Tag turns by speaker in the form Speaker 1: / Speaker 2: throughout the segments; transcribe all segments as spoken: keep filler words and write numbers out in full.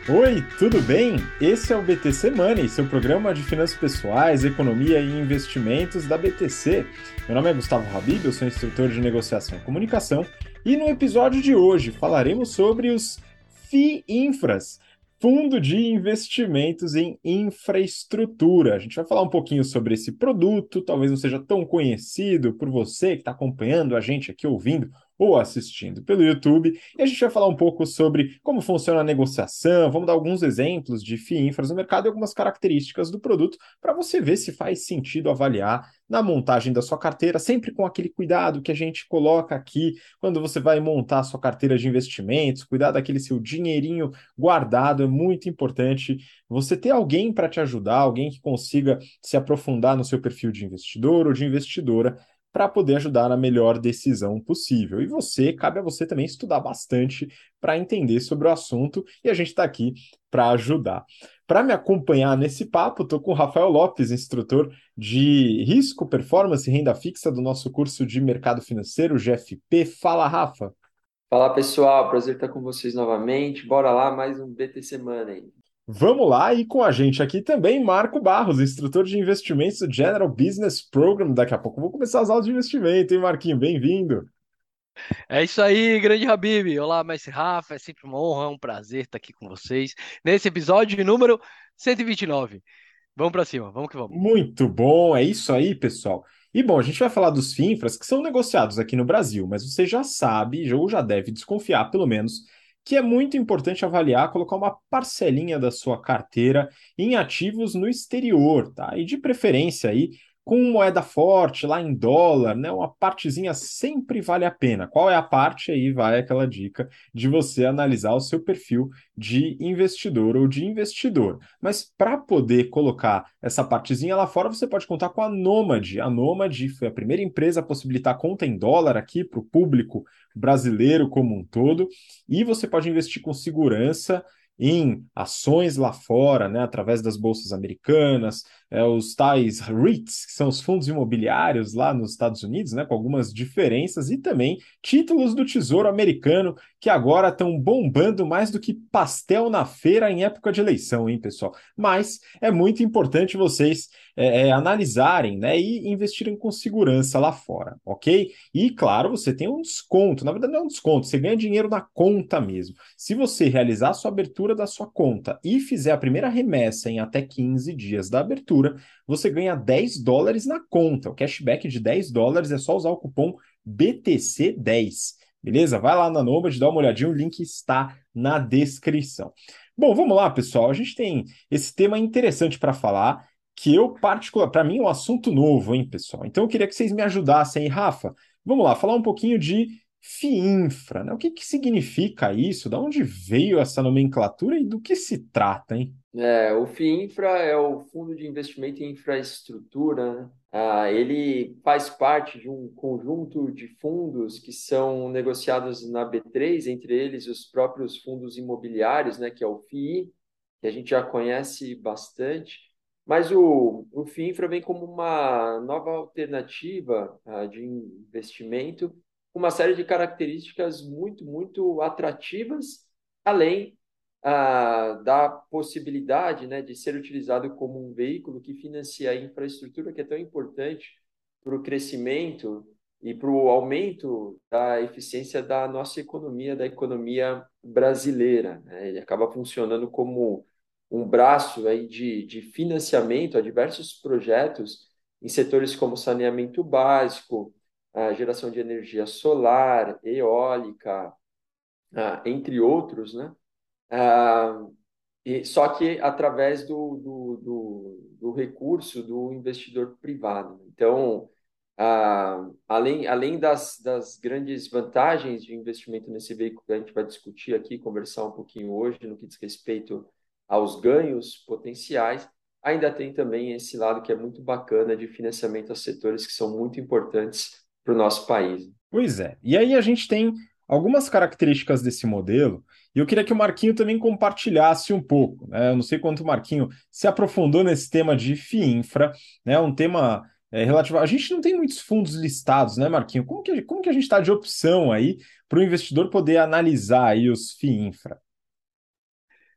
Speaker 1: Oi, tudo bem? Esse é o B T C Money, seu programa de finanças pessoais, economia e investimentos da B T C. Meu nome é Gustavo Habib, eu sou instrutor de negociação e comunicação, e no episódio de hoje falaremos sobre os FIINFRAs, Fundo de Investimentos em Infraestrutura. A gente vai falar um pouquinho sobre esse produto, talvez não seja tão conhecido por você que está acompanhando a gente aqui ouvindo ou assistindo pelo YouTube. E a gente vai falar um pouco sobre como funciona a negociação, vamos dar alguns exemplos de FIINFRAs no mercado e algumas características do produto para você ver se faz sentido avaliar na montagem da sua carteira, sempre com aquele cuidado que a gente coloca aqui quando você vai montar a sua carteira de investimentos, cuidar daquele seu dinheirinho guardado, é muito importante você ter alguém para te ajudar, alguém que consiga se aprofundar no seu perfil de investidor ou de investidora para poder ajudar na melhor decisão possível. E você, cabe a você também estudar bastante para entender sobre o assunto, e a gente está aqui para ajudar. Para me acompanhar nesse papo, estou com o Rafael Lopes, instrutor de risco, performance e renda fixa do nosso curso de mercado financeiro, G F P. Fala, Rafa.
Speaker 2: Fala pessoal, prazer estar com vocês novamente. Bora lá, mais um B T Semana aí.
Speaker 1: Vamos lá, e com a gente aqui também Marco Barros, instrutor de investimentos do General Business Program. Daqui a pouco eu vou começar as aulas de investimento, hein, Marquinho? Bem-vindo.
Speaker 3: É isso aí, grande Habib. Olá, mestre Rafa. É sempre uma honra, um prazer estar aqui com vocês nesse episódio número cento e vinte e nove. Vamos pra cima, vamos que vamos.
Speaker 1: Muito bom, é isso aí, pessoal. E bom, a gente vai falar dos FINFRAs que são negociados aqui no Brasil, mas você já sabe, ou já deve desconfiar, pelo menos, que é muito importante avaliar, colocar uma parcelinha da sua carteira em ativos no exterior, tá? E de preferência aí com moeda forte, lá em dólar, né? Uma partezinha sempre vale a pena. Qual é a parte? Aí vai aquela dica de você analisar o seu perfil de investidor ou de investidor. Mas para poder colocar essa partezinha lá fora, você pode contar com a Nomad. A Nomad foi a primeira empresa a possibilitar conta em dólar aqui para o público brasileiro como um todo, e você pode investir com segurança em ações lá fora, né, através das bolsas americanas, é, os tais REITs, que são os fundos imobiliários lá nos Estados Unidos, né, com algumas diferenças, e também títulos do Tesouro Americano, que agora estão bombando mais do que pastel na feira em época de eleição, hein, pessoal? Mas é muito importante vocês é, é, analisarem, né, e investirem com segurança lá fora, ok? E claro, você tem um desconto, na verdade não é um desconto, você ganha dinheiro na conta mesmo. Se você realizar a sua abertura da sua conta e fizer a primeira remessa em até quinze dias da abertura, você ganha dez dólares na conta. O cashback de dez dólares é só usar o cupom B T C dez. Beleza? Vai lá na Nomad, dá uma olhadinha, o link está na descrição. Bom, vamos lá, pessoal. A gente tem esse tema interessante para falar, que eu, particular, para mim, é um assunto novo, hein, pessoal? Então eu queria que vocês me ajudassem, aí, Rafa. Vamos lá, falar um pouquinho de FIINFRA, né? O que que significa isso? Da onde veio essa nomenclatura e do que se trata, hein?
Speaker 2: É, o FIINFRA é o Fundo de Investimento em Infraestrutura, né? Ah, ele faz parte de um conjunto de fundos que são negociados na B três, entre eles os próprios fundos imobiliários, né, que é o FII, que a gente já conhece bastante. Mas o, o FIINFRA vem como uma nova alternativa, ah, de investimento, com uma série de características muito, muito atrativas, além ah, da possibilidade, né, de ser utilizado como um veículo que financia a infraestrutura, que é tão importante para o crescimento e para o aumento da eficiência da nossa economia, da economia brasileira, né? Ele acaba funcionando como um braço aí de, de financiamento a diversos projetos em setores como saneamento básico, a geração de energia solar, eólica, ah, entre outros, né? Ah, e, só que através do, do, do, do recurso do investidor privado. Então, ah, além, além das, das grandes vantagens de investimento nesse veículo que a gente vai discutir aqui, conversar um pouquinho hoje, no que diz respeito aos ganhos potenciais, ainda tem também esse lado que é muito bacana de financiamento a setores que são muito importantes para o nosso país.
Speaker 1: Pois é. E aí a gente tem algumas características desse modelo, e eu queria que o Marquinho também compartilhasse um pouco, né? Eu não sei quanto o Marquinho se aprofundou nesse tema de FIINFRA, né? Um tema é, relativo. A gente não tem muitos fundos listados, né, Marquinho? Como que, como que a gente está de opção aí para o investidor poder analisar aí os FIINFRA?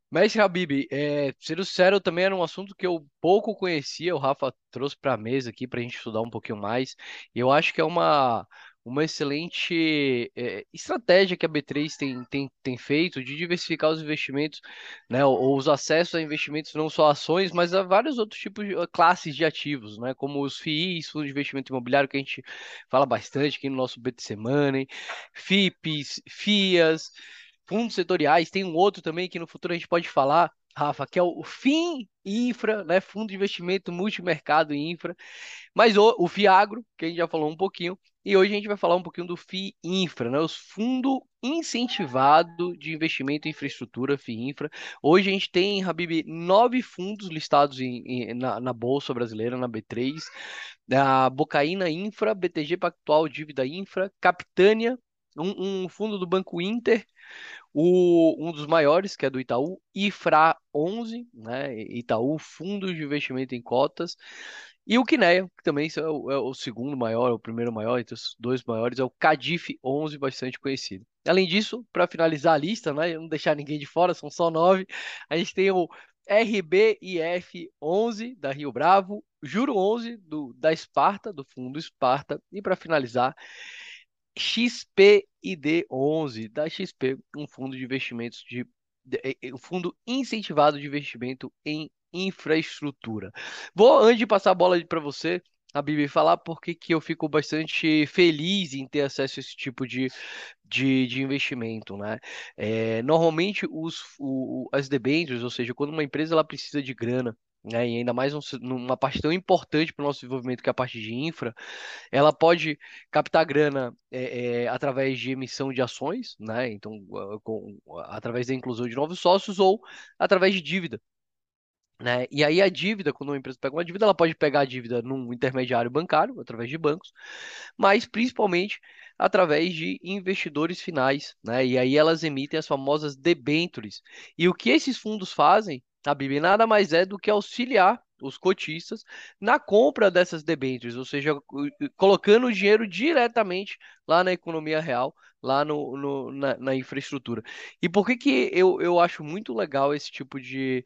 Speaker 3: Mestre Habib, é, sendo sério, também era um assunto que eu pouco conhecia. O Rafa trouxe para a mesa aqui para a gente estudar um pouquinho mais. E eu acho que é uma, uma excelente é, estratégia que a B três tem, tem, tem feito de diversificar os investimentos, né, ou, ou os acessos a investimentos, não só ações, mas a vários outros tipos de classes de ativos, né, como os F I Is, fundos de investimento imobiliário, que a gente fala bastante aqui no nosso B T C Money, F I Ps, F I As. Fundos setoriais, tem um outro também que no futuro a gente pode falar, Rafa, que é o FIM Infra, né? Fundo de Investimento Multimercado Infra, mas o, o FIAGRO, que a gente já falou um pouquinho, e hoje a gente vai falar um pouquinho do FI Infra, né? Os Fundo Incentivado de Investimento em Infraestrutura, FI Infra. Hoje a gente tem, Habib, nove fundos listados em, em- na, na Bolsa Brasileira, na B três, a Bocaína Infra, B T G Pactual Dívida Infra, Capitânia, um, um fundo do Banco Inter, o, um dos maiores, que é do Itaú, IFRA onze, né? Itaú Fundo de Investimento em Cotas, e o Quineia, que também é o, é o segundo maior, o primeiro maior, entre os dois maiores, é o Cadif onze, bastante conhecido. Além disso, para finalizar a lista, né, não deixar ninguém de fora, são só nove, a gente tem o R B I F onze, da Rio Bravo, Juro onze, do, da Esparta, do Fundo Esparta, e para finalizar, X P I D onze da X P, um fundo de investimentos de, de eh, eh, um fundo incentivado de investimento em infraestrutura. Vou, antes de passar a bola para você, a Bibi, falar porque que eu fico bastante feliz em ter acesso a esse tipo de, de, de investimento, né? É, normalmente os, o, as debêntures, ou seja, quando uma empresa ela precisa de grana, né, e ainda mais um, numa parte tão importante para o nosso desenvolvimento que é a parte de infra, ela pode captar grana é, é, através de emissão de ações, né? Então, uh, com- através da inclusão de novos sócios ou através de dívida. Né? E aí a dívida, quando uma empresa pega uma dívida, ela pode pegar a dívida num intermediário bancário, através de bancos, mas principalmente através de investidores finais, né? E aí elas emitem as famosas debêntures. E o que esses fundos fazem, a B I B, nada mais é do que auxiliar os cotistas na compra dessas debêntures, ou seja, colocando o dinheiro diretamente lá na economia real, lá no, no- na, na infraestrutura. E por que que eu, eu acho muito legal esse tipo de,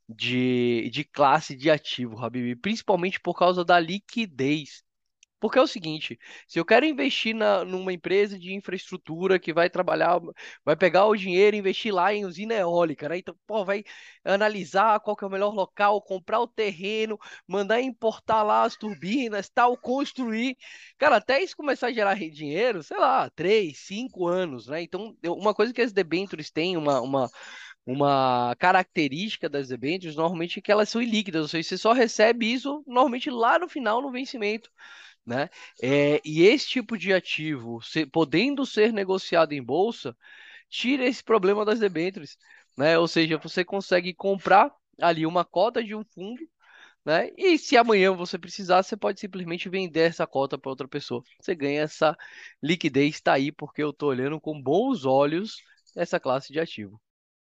Speaker 3: de, de classe de ativo, Habib? Principalmente por causa da liquidez. Porque é o seguinte, se eu quero investir na, numa empresa de infraestrutura que vai trabalhar, vai pegar o dinheiro e investir lá em usina eólica, né? Então, pô, vai analisar qual que é o melhor local, comprar o terreno, mandar importar lá as turbinas, tal, construir. Cara, até isso começar a gerar re- dinheiro, sei lá, três, cinco anos, né? Então, eu- uma coisa que as debêntures têm, uma, uma, uma característica das debêntures, normalmente, é que elas são ilíquidas, ou seja, você só recebe isso normalmente lá no final, no vencimento, né? É, e esse tipo de ativo, se- podendo ser negociado em bolsa, tira esse problema das debêntures, né? Ou seja, você consegue comprar ali uma cota de um fundo, né? E se amanhã você precisar, você pode simplesmente vender essa cota para outra pessoa. Você ganha essa liquidez, está aí porque eu estou olhando com bons olhos essa classe de ativo.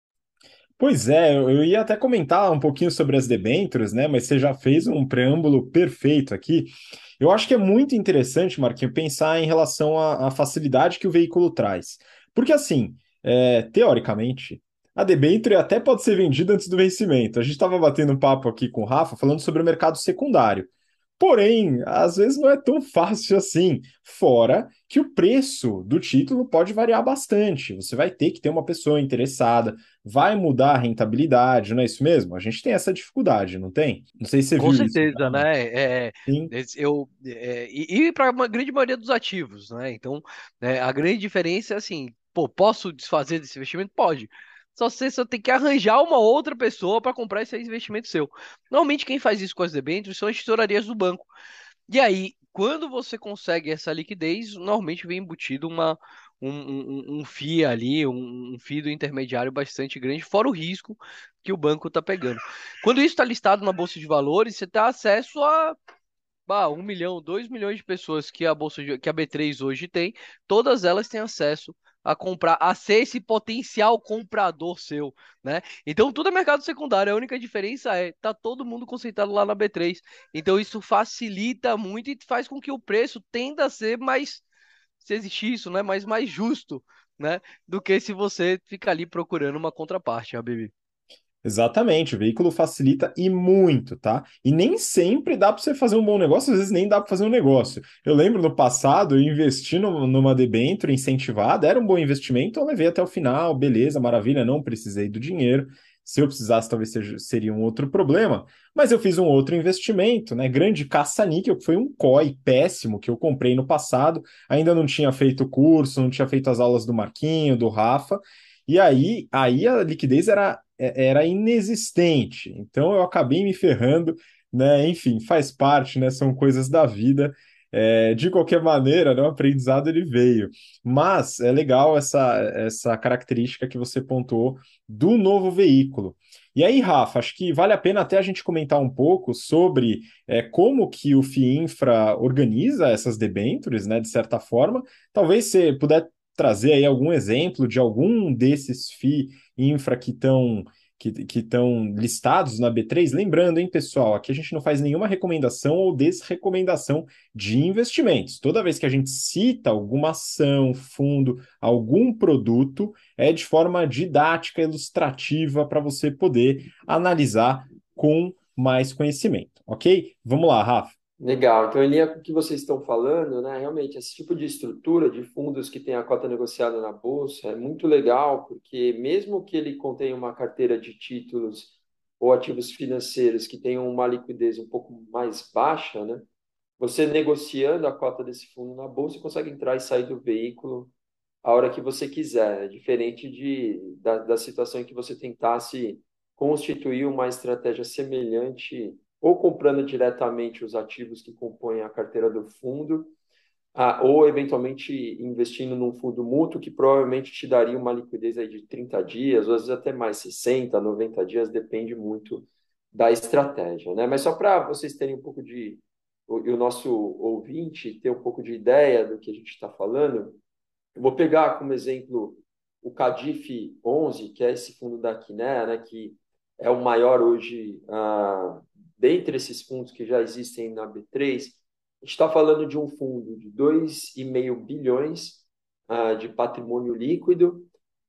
Speaker 1: Pois é, eu eu ia até comentar um pouquinho sobre as debêntures, né? Mas você já fez um preâmbulo perfeito aqui. Eu acho que é muito interessante, Marquinhos, pensar em relação à, à facilidade que o veículo traz. Porque, assim, é, teoricamente, a debênture até pode ser vendida antes do vencimento. A gente estava batendo um papo aqui com o Rafa falando sobre o mercado secundário. Porém, às vezes não é tão fácil assim. Fora que o preço do título pode variar bastante. Você vai ter que ter uma pessoa interessada, vai mudar a rentabilidade, não é isso mesmo? A gente tem essa dificuldade, não tem? Não sei se você
Speaker 3: Com
Speaker 1: viu isso
Speaker 3: certeza,
Speaker 1: já.
Speaker 3: né? É,
Speaker 1: Sim.
Speaker 3: esse- eu, é, e para uma grande maioria dos ativos, né? Então, né, a grande diferença é assim, pô, posso desfazer desse investimento? Pode. Só você só tem que arranjar uma outra pessoa para comprar esse investimento seu. Normalmente quem faz isso com as debêntures são as tesourarias do banco. E aí, quando você consegue essa liquidez, normalmente vem embutido uma, um, um, um um FII ali, um, um FII do intermediário bastante grande, fora o risco que o banco está pegando. Quando isso está listado na Bolsa de Valores, você tem acesso a bah, um milhão, dois milhões de pessoas que a Bolsa de- que a B três hoje tem, todas elas têm acesso a comprar, a ser esse potencial comprador seu, né? Então tudo é mercado secundário, a única diferença é tá todo mundo concentrado lá na B três. Então isso facilita muito e faz com que o preço tenda a ser mais, se existir isso, né, mais mais justo, né, do que se você fica ali procurando uma contraparte, Habibi.
Speaker 1: Exatamente, o veículo facilita e muito, tá? E nem sempre dá para você fazer um bom negócio, às vezes nem dá para fazer um negócio. Eu lembro no passado, eu investi no- numa debênture incentivada, era um bom investimento, eu levei até o final, beleza, maravilha, não precisei do dinheiro. Se eu precisasse, talvez seja, seria um outro problema, mas eu fiz um outro investimento, né? Grande caça-níquel, que foi um C O I péssimo que eu comprei no passado, ainda não tinha feito o curso, não tinha feito as aulas do Marquinho, do Rafa. E aí, aí a liquidez era é- era inexistente. Então eu acabei me ferrando, né? Enfim, faz parte, né? São coisas da vida. É, de qualquer maneira, né, o aprendizado ele veio. Mas é legal essa, essa característica que você pontuou do novo veículo. E aí, Rafa, acho que vale a pena até a gente comentar um pouco sobre é, como que o FIINFRA organiza essas debêntures, né, de certa forma. Talvez você puder trazer aí algum exemplo de algum desses F I I infra que estão que que estão listados na B três. Lembrando, hein, pessoal, aqui a gente não faz nenhuma recomendação ou desrecomendação de investimentos. Toda vez que a gente cita alguma ação, fundo, algum produto, é de forma didática, ilustrativa, para você poder analisar com mais conhecimento, ok? Vamos lá, Rafa.
Speaker 2: Legal. Então, em linha com o que vocês estão falando, né, realmente, esse tipo de estrutura de fundos que tem a cota negociada na bolsa é muito legal, porque mesmo que ele contenha uma carteira de títulos ou ativos financeiros que tenham uma liquidez um pouco mais baixa, né, você negociando a cota desse fundo na bolsa, você consegue entrar e sair do veículo a hora que você quiser. É diferente de, da, da situação em que você tentasse constituir uma estratégia semelhante, ou comprando diretamente os ativos que compõem a carteira do fundo, ah, ou eventualmente investindo num fundo mútuo que provavelmente te daria uma liquidez aí de trinta dias, ou às vezes até mais sessenta, noventa dias, depende muito da estratégia, né? Mas só para vocês terem um pouco de, o, e o nosso ouvinte ter um pouco de ideia do que a gente está falando, eu vou pegar como exemplo o Cadif onze, que é esse fundo da Quiné, né, que é o maior hoje, ah, dentre esses fundos que já existem na B três. A gente está falando de um fundo de dois vírgula cinco bilhões ah, de patrimônio líquido,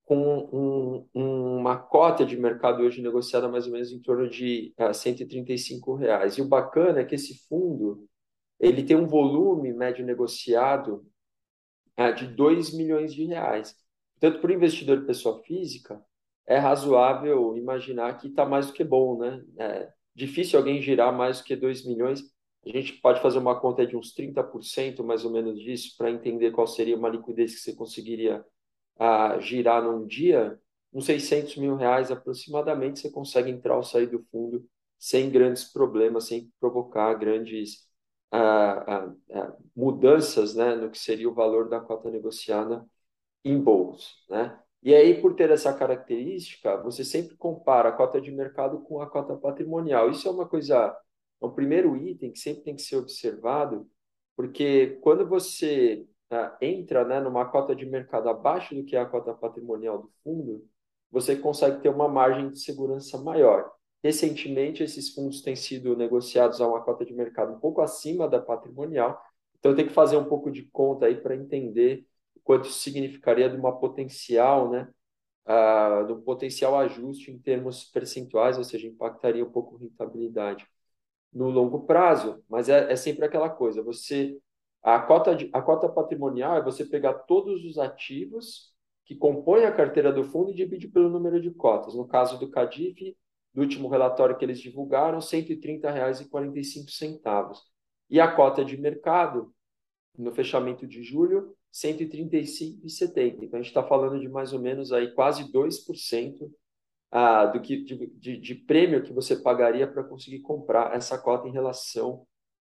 Speaker 2: com um, uma cota de mercado hoje negociada mais ou menos em torno de ah, cento e trinta e cinco reais. E o bacana é que esse fundo ele tem um volume médio negociado ah, de dois milhões de reais. Portanto, para o investidor pessoa física, é razoável imaginar que está mais do que bom, né? É difícil alguém girar mais do que dois milhões. A gente pode fazer uma conta de uns trinta por cento mais ou menos disso para entender qual seria uma liquidez que você conseguiria ah, girar num dia. Uns seiscentos mil reais aproximadamente, você consegue entrar ou sair do fundo sem grandes problemas, sem provocar grandes ah, ah, ah, mudanças, né, no que seria o valor da cota negociada em bolsa, né? E aí, por ter essa característica, você sempre compara a cota de mercado com a cota patrimonial. Isso é uma coisa, é um primeiro item que sempre tem que ser observado, porque quando você ah, entra, né, numa cota de mercado abaixo do que é a cota patrimonial do fundo, você consegue ter uma margem de segurança maior. Recentemente, esses fundos têm sido negociados a uma cota de mercado um pouco acima da patrimonial, então tem que fazer um pouco de conta aí para entender quanto isso significaria de uma potencial, né, ah, do potencial ajuste em termos percentuais, ou seja, impactaria um pouco a rentabilidade no longo prazo, mas é, é sempre aquela coisa, você a cota de, a cota patrimonial é você pegar todos os ativos que compõem a carteira do fundo e dividir pelo número de cotas. No caso do Cadif, do último relatório que eles divulgaram, cento e trinta reais e quarenta e cinco centavos. E a cota de mercado no fechamento de julho, cento e trinta e cinco vírgula setenta. Então, a gente está falando de mais ou menos aí quase dois por cento ah, do que, de, de, de prêmio que você pagaria para conseguir comprar essa cota em relação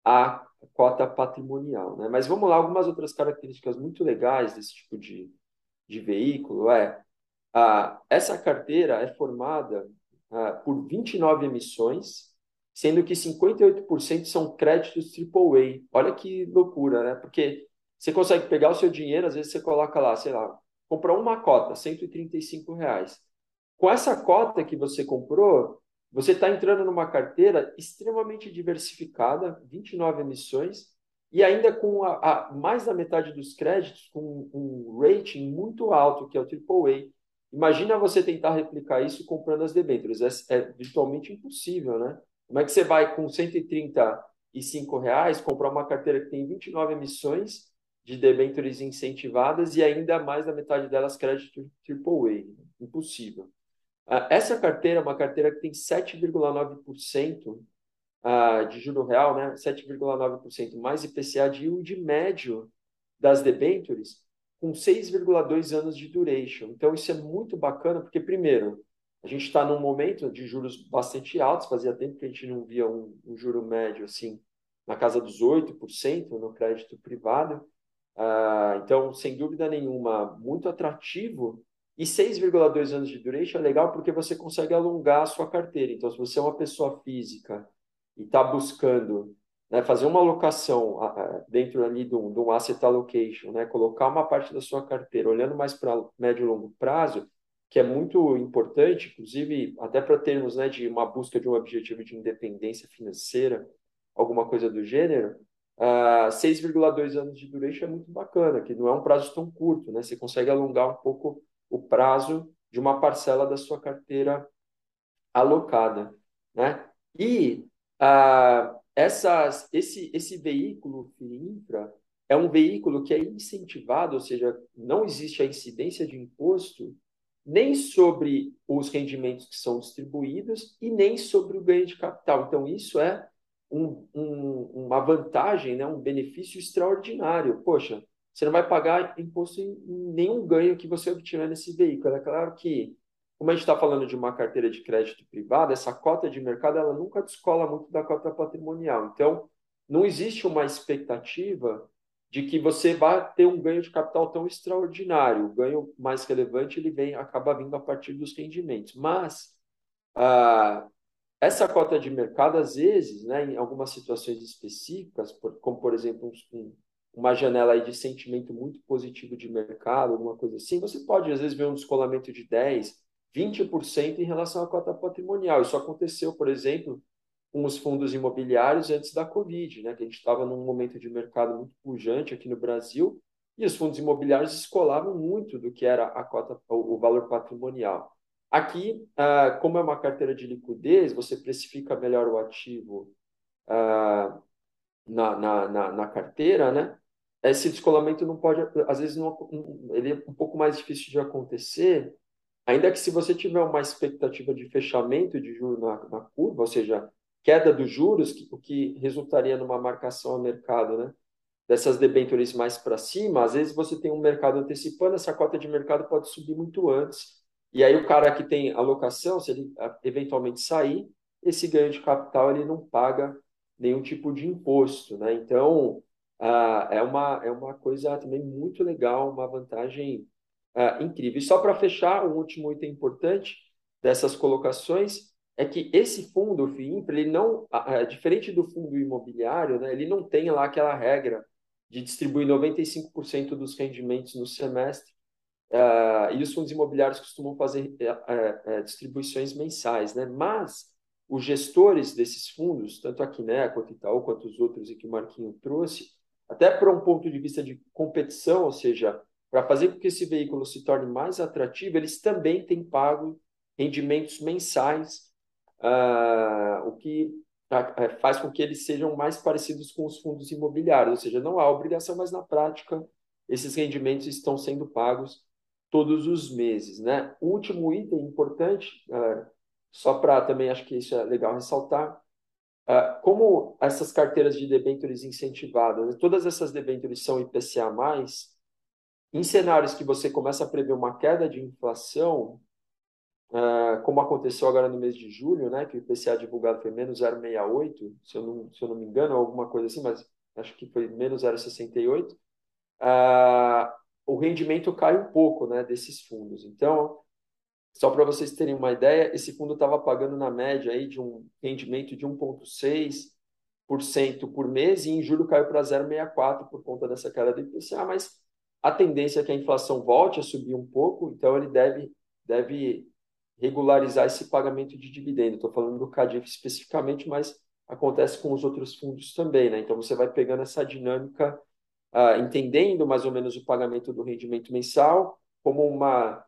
Speaker 2: à cota patrimonial, né? Mas vamos lá, algumas outras características muito legais desse tipo de, de veículo é ah, essa carteira é formada ah, por vinte e nove emissões, sendo que cinquenta e oito por cento são créditos triplo A. Olha que loucura, né? Porque você consegue pegar o seu dinheiro, às vezes você coloca lá, sei lá, comprar uma cota, cento e trinta e cinco reais. Com essa cota que você comprou, você está entrando numa carteira extremamente diversificada, vinte e nove emissões, e ainda com a, a, mais da metade dos créditos com um rating muito alto, que é o triplo A. Imagina você tentar replicar isso comprando as debêntures. É, é virtualmente impossível, né? Como é que você vai, com cento e trinta e cinco reais, comprar uma carteira que tem vinte e nove emissões de debêntures incentivadas e ainda mais da metade delas crédito triplo A? Impossível. Ah, essa carteira é uma carteira que tem sete vírgula nove por cento ah, de juro real, né? sete vírgula nove por cento mais I P C A de yield médio das debêntures, com seis vírgula dois anos de duration. Então, isso é muito bacana, porque, primeiro, a gente está num momento de juros bastante altos, fazia tempo que a gente não via um, um juro médio assim, na casa dos oito por cento no crédito privado. Ah, então, sem dúvida nenhuma, muito atrativo. E seis vírgula dois anos de duration é legal porque você consegue alongar a sua carteira. Então, se você é uma pessoa física e está buscando, né, fazer uma alocação ah, ah, dentro ali de um, de um asset allocation, né, colocar uma parte da sua carteira olhando mais para médio e longo prazo, que é muito importante, inclusive até para termos, né, de uma busca de um objetivo de independência financeira, alguma coisa do gênero. Uh, seis vírgula dois anos de duration é muito bacana, que não é um prazo tão curto, né? Você consegue alongar um pouco o prazo de uma parcela da sua carteira alocada, né? E uh, essas, esse, esse veículo FIINFRA é um veículo que é incentivado, ou seja, não existe a incidência de imposto nem sobre os rendimentos que são distribuídos e nem sobre o ganho de capital. Então, isso é um, um, uma vantagem, né? Um benefício extraordinário. Poxa, você não vai pagar imposto em nenhum ganho que você obtiver nesse veículo. É claro que, como a gente está falando de uma carteira de crédito privada, essa cota de mercado ela nunca descola muito da cota patrimonial. Então, não existe uma expectativa de que você vai ter um ganho de capital tão extraordinário. O ganho mais relevante ele vem, acaba vindo a partir dos rendimentos. Mas ah, essa cota de mercado, às vezes, né, em algumas situações específicas, como, por exemplo, um, uma janela aí de sentimento muito positivo de mercado, alguma coisa assim, você pode, às vezes, ver um descolamento de dez, vinte por cento em relação à cota patrimonial. Isso aconteceu, por exemplo, com os fundos imobiliários antes da Covid, né, que a gente estava num momento de mercado muito pujante aqui no Brasil, e os fundos imobiliários descolavam muito do que era a cota, o valor patrimonial. Aqui, ah, como é uma carteira de liquidez, você precifica melhor o ativo ah, na, na, na, na carteira, né? Esse descolamento não pode, às vezes, não, ele é um pouco mais difícil de acontecer, ainda que se você tiver uma expectativa de fechamento de juros na, na curva, ou seja, queda dos juros, que, o que resultaria numa marcação a mercado, né? Dessas debêntures mais para cima, às vezes você tem um mercado antecipando, essa cota de mercado pode subir muito antes. E aí o cara que tem alocação, se ele ah, eventualmente sair, esse ganho de capital ele não paga nenhum tipo de imposto, né? Então, ah, é uma, é uma coisa também muito legal, uma vantagem ah, incrível. E só para fechar, um último item importante dessas colocações é que esse fundo, o FIINFRA, ele não, ah, ah, diferente do fundo imobiliário, né, ele não tem lá aquela regra de distribuir noventa e cinco por cento dos rendimentos no semestre. Uh, e os fundos imobiliários costumam fazer uh, uh, distribuições mensais, né? Mas os gestores desses fundos, tanto a Quiné, quanto Itaú, quanto os outros e que o Marquinho trouxe, até para um ponto de vista de competição, ou seja, para fazer com que esse veículo se torne mais atrativo, eles também têm pago rendimentos mensais, uh, o que uh, faz com que eles sejam mais parecidos com os fundos imobiliários, ou seja, não há obrigação, mas na prática esses rendimentos estão sendo pagos todos os meses, né? O último item importante, galera, só para também acho que isso é legal ressaltar, uh, como essas carteiras de debêntures incentivadas, né, todas essas debêntures são I P C A mais, em cenários que você começa a prever uma queda de inflação, uh, como aconteceu agora no mês de julho, né, que o I P C A divulgado foi menos zero vírgula sessenta e oito, se eu não, se eu não me engano, alguma coisa assim, mas acho que foi menos zero vírgula sessenta e oito, uh, o rendimento cai um pouco, né, desses fundos. Então, só para vocês terem uma ideia, esse fundo estava pagando na média aí de um rendimento de um vírgula seis por cento por mês e em julho caiu para zero vírgula sessenta e quatro por cento por conta dessa queda do I P C A, mas a tendência é que a inflação volte a subir um pouco, então ele deve, deve regularizar esse pagamento de dividendo. Estou falando do CADIF especificamente, mas acontece com os outros fundos também, né? Então você vai pegando essa dinâmica, uh, entendendo mais ou menos o pagamento do rendimento mensal como uma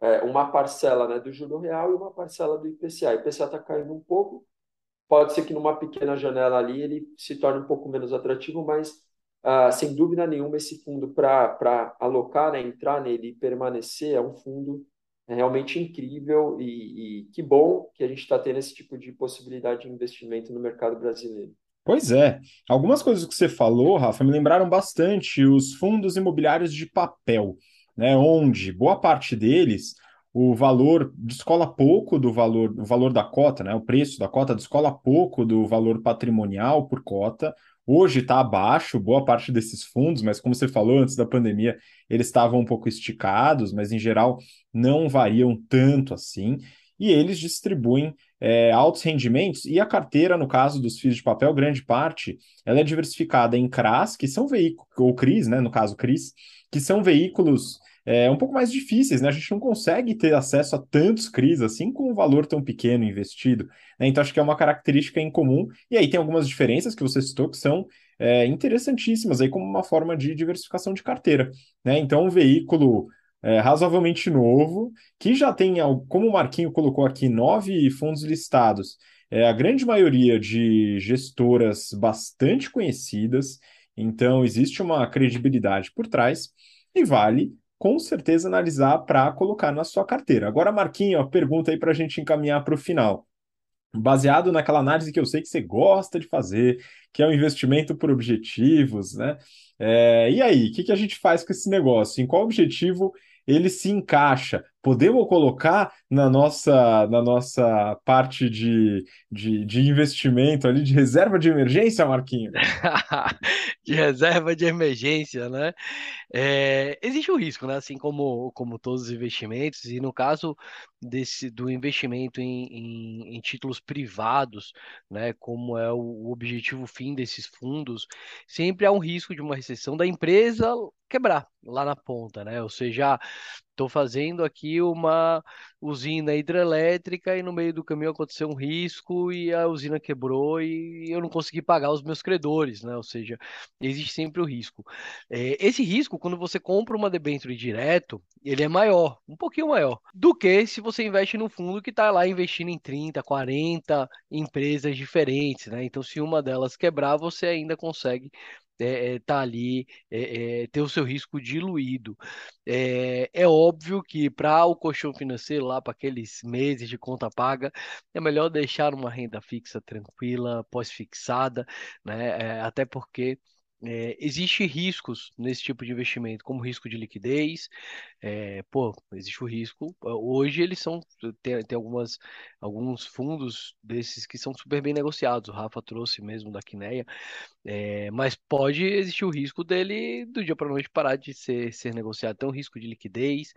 Speaker 2: é, uma parcela, né, do juro real e uma parcela do I P C A. O I P C A está caindo um pouco, pode ser que numa pequena janela ali ele se torne um pouco menos atrativo, mas ah, sem dúvida nenhuma esse fundo para alocar, né, entrar nele e permanecer é um fundo realmente incrível e, e que bom que a gente está tendo esse tipo de possibilidade de investimento no mercado brasileiro.
Speaker 1: Pois é. Algumas coisas que você falou, Rafa, me lembraram bastante os fundos imobiliários de papel, né? Onde boa parte deles, o valor descola pouco do valor, o valor da cota, né? O preço da cota descola pouco do valor patrimonial por cota. Hoje está abaixo, boa parte desses fundos, mas como você falou, antes da pandemia, eles estavam um pouco esticados, mas em geral não variam tanto assim. E eles distribuem é, altos rendimentos, e a carteira, no caso dos F I Is de papel, grande parte, ela é diversificada em C R As, que são veículos, ou C R Is, né, no caso C R Is, que são veículos é, um pouco mais difíceis, né? A gente não consegue ter acesso a tantos C R Is assim com um valor tão pequeno investido, né? Então acho que é uma característica em comum, e aí tem algumas diferenças que você citou que são é, interessantíssimas aí como uma forma de diversificação de carteira, né? Então um veículo é, razoavelmente novo, que já tem, al- como o Marquinho colocou aqui, nove fundos listados, é, a grande maioria de gestoras bastante conhecidas, então existe uma credibilidade por trás e vale com certeza analisar para colocar na sua carteira. Agora, Marquinho, a pergunta aí para a gente encaminhar para o final. Baseado naquela análise que eu sei que você gosta de fazer, que é o investimento por objetivos, né? É, e aí, o que que a gente faz com esse negócio? Em qual objetivo ele se encaixa? Podemos colocar na nossa, na nossa parte de, de, de investimento ali, de reserva de emergência, Marquinho?
Speaker 3: De reserva de emergência, né? É, existe o risco, né? Assim como, como todos os investimentos, e no caso desse, do investimento em, em, em títulos privados, né? Como é o, o objetivo fim desses fundos, sempre há um risco de uma recessão da empresa quebrar lá na ponta, né? Ou seja, estou fazendo aqui uma usina hidrelétrica e no meio do caminho aconteceu um risco e a usina quebrou e eu não consegui pagar os meus credores, né? Ou seja, existe sempre o risco. É, esse risco, quando você compra uma debênture direto, ele é maior, um pouquinho maior, do que se você investe num fundo que está lá investindo em trinta, quarenta empresas diferentes, né? Então, se uma delas quebrar, você ainda consegue é, é, tá ali, é, é, ter o seu risco diluído. É, é óbvio que para o colchão financeiro, lá para aqueles meses de conta paga, é melhor deixar uma renda fixa tranquila, pós-fixada, né? É, até porque é, existe riscos nesse tipo de investimento, como risco de liquidez. É, pô, existe o risco. Hoje eles são tem, tem algumas alguns fundos desses que são super bem negociados. O Rafa trouxe mesmo da Quineia, é, mas pode existir o risco dele do dia para noite parar de ser, ser negociado. Tem um risco de liquidez.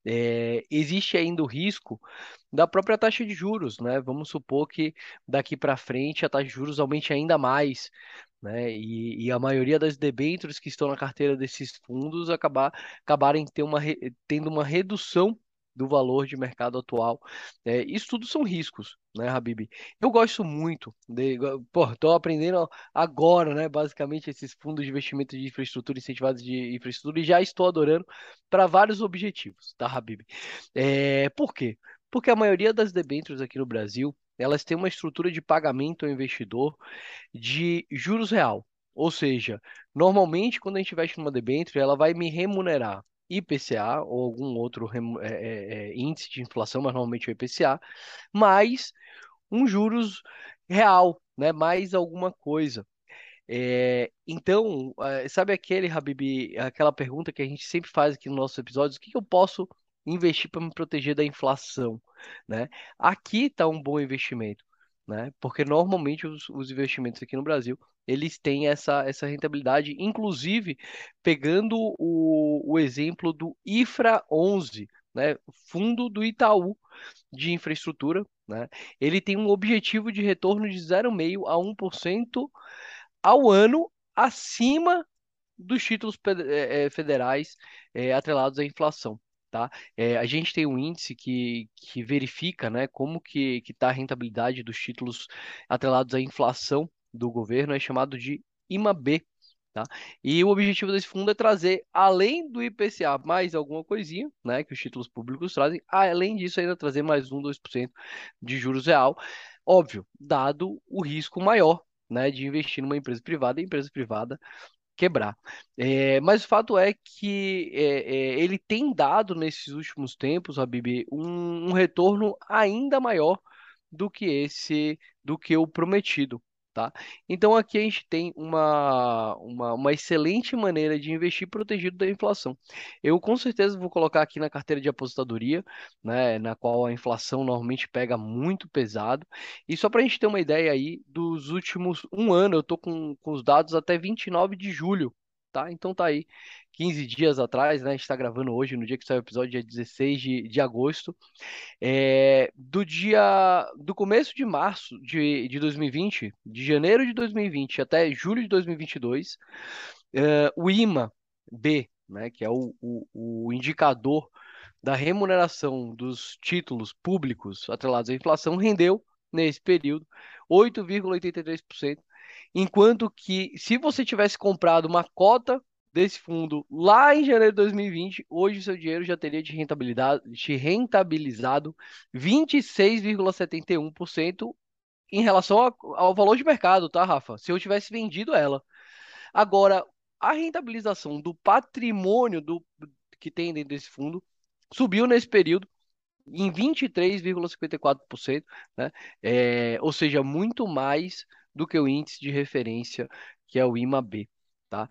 Speaker 3: É, existe ainda o risco da própria taxa de juros, né? Vamos supor que daqui para frente a taxa de juros aumente ainda mais, né? E, e a maioria das debêntures que estão na carteira desses fundos acabar, acabarem ter uma, re- tendo uma redução do valor de mercado atual. É, isso tudo são riscos, né, Habib? Eu gosto muito de, pô, tô aprendendo agora, né, basicamente esses fundos de investimento de infraestrutura, incentivados de infraestrutura, e já estou adorando para vários objetivos, tá, Habib? É, por quê? Porque a maioria das debêntures aqui no Brasil, elas têm uma estrutura de pagamento ao investidor de juros real. Ou seja, normalmente quando a gente investe numa debênture, ela vai me remunerar I P C A ou algum outro remu- é, é, é, índice de inflação, mas normalmente o I P C A, mais um juros real, né? Mais alguma coisa. É, então, eh, sabe aquele, Habib, aquela pergunta que a gente sempre faz aqui nos nossos episódios, o que que eu posso investir para me proteger da inflação, né? Aqui está um bom investimento, né? Porque normalmente os, os investimentos aqui no Brasil, eles têm essa, essa rentabilidade, inclusive pegando o, o exemplo do IFRA onze, né? Fundo do Itaú de infraestrutura, né? Ele tem um objetivo de retorno de zero vírgula cinco a um por cento ao ano acima dos títulos pe- eh, eh, federais eh, atrelados à inflação. Tá? Eh, a gente tem um índice que, que verifica, né, como que que está a rentabilidade dos títulos atrelados à inflação do governo, é chamado de IMAB, Tá? E o objetivo desse fundo é trazer, além do I P C A, mais alguma coisinha, né, que os títulos públicos trazem, além disso, ainda trazer mais um, dois por cento de juros real. Óbvio, dado o risco maior, né, de investir numa empresa privada e a empresa privada quebrar. É, mas o fato é que é, é, ele tem dado nesses últimos tempos, Habib, um, um retorno ainda maior do que esse, do que o prometido. Tá? Então aqui a gente tem uma, uma, uma excelente maneira de investir protegido da inflação. Eu com certeza vou colocar aqui na carteira de aposentadoria, né, na qual a inflação normalmente pega muito pesado. E só para a gente ter uma ideia aí, dos últimos um ano, eu estou com, com os dados até vinte e nove de julho, tá? Então tá aí, quinze dias atrás, né? A gente está gravando hoje, no dia que sai o episódio, dia dezesseis de, de agosto. É, do dia, do começo de março de, de dois mil e vinte, de janeiro de dois mil e vinte até julho de dois mil e vinte e dois, é, o I M A B, né, que é o, o, o indicador da remuneração dos títulos públicos atrelados à inflação, rendeu, nesse período, oito vírgula oitenta e três por cento, enquanto que, se você tivesse comprado uma cota desse fundo lá em janeiro de dois mil e vinte, hoje o seu dinheiro já teria te rentabilidade, te rentabilizado vinte e seis vírgula setenta e um por cento em relação ao, ao valor de mercado, tá, Rafa? Se eu tivesse vendido ela. Agora, a rentabilização do patrimônio do, que tem dentro desse fundo subiu nesse período em vinte e três vírgula cinquenta e quatro por cento, né? É, ou seja, muito mais do que o índice de referência, que é o I M A B. Tá?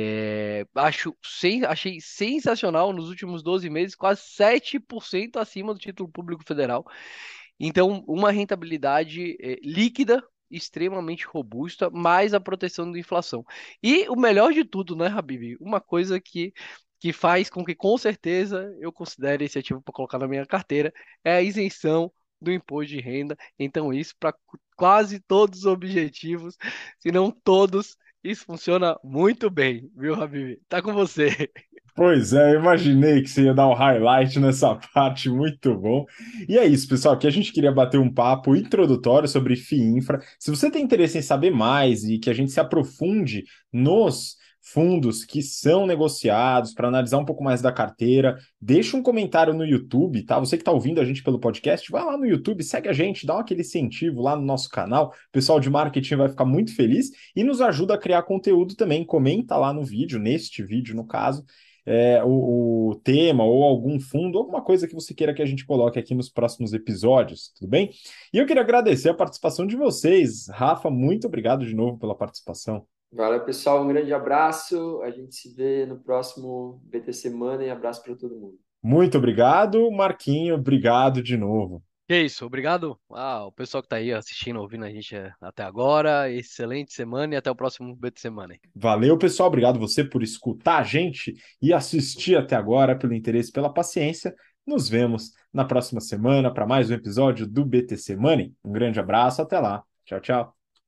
Speaker 3: É, acho, sen, achei sensacional nos últimos doze meses, quase sete por cento acima do título público federal. Então, uma rentabilidade é, líquida, extremamente robusta, mais a proteção da inflação. E o melhor de tudo, né, Habib? Uma coisa que, que faz com que, com certeza, eu considere esse ativo para colocar na minha carteira, é a isenção do imposto de renda. Então, isso para quase todos os objetivos, se não todos, isso funciona muito bem, viu, Habib? Tá com você.
Speaker 1: Pois é, eu imaginei que você ia dar um highlight nessa parte, muito bom. E é isso, pessoal, que a gente queria bater um papo introdutório sobre FIINFRA. Se você tem interesse em saber mais e que a gente se aprofunde nos fundos que são negociados para analisar um pouco mais da carteira, deixa um comentário no YouTube, tá? Você que está ouvindo a gente pelo podcast, vai lá no YouTube, segue a gente, dá aquele incentivo lá no nosso canal. O pessoal de marketing vai ficar muito feliz e nos ajuda a criar conteúdo também. Comenta lá no vídeo, neste vídeo, no caso é, o, o tema ou algum fundo, alguma coisa que você queira que a gente coloque aqui nos próximos episódios, tudo bem? E eu queria agradecer a participação de vocês. Rafa, muito obrigado de novo pela participação.
Speaker 2: Valeu, pessoal. Um grande abraço. A gente se vê no próximo B T C Money. Abraço para todo mundo.
Speaker 1: Muito obrigado, Marquinho. Obrigado de novo.
Speaker 3: Que isso, obrigado ao pessoal que tá aí assistindo, ouvindo a gente eh, até agora. Excelente semana e até o próximo B T C Money.
Speaker 1: Valeu, pessoal. Obrigado você por escutar a gente e assistir até agora, pelo interesse, pela paciência. Nos vemos na próxima semana para mais um episódio do B T C Money. Um grande abraço, até lá. Tchau, tchau.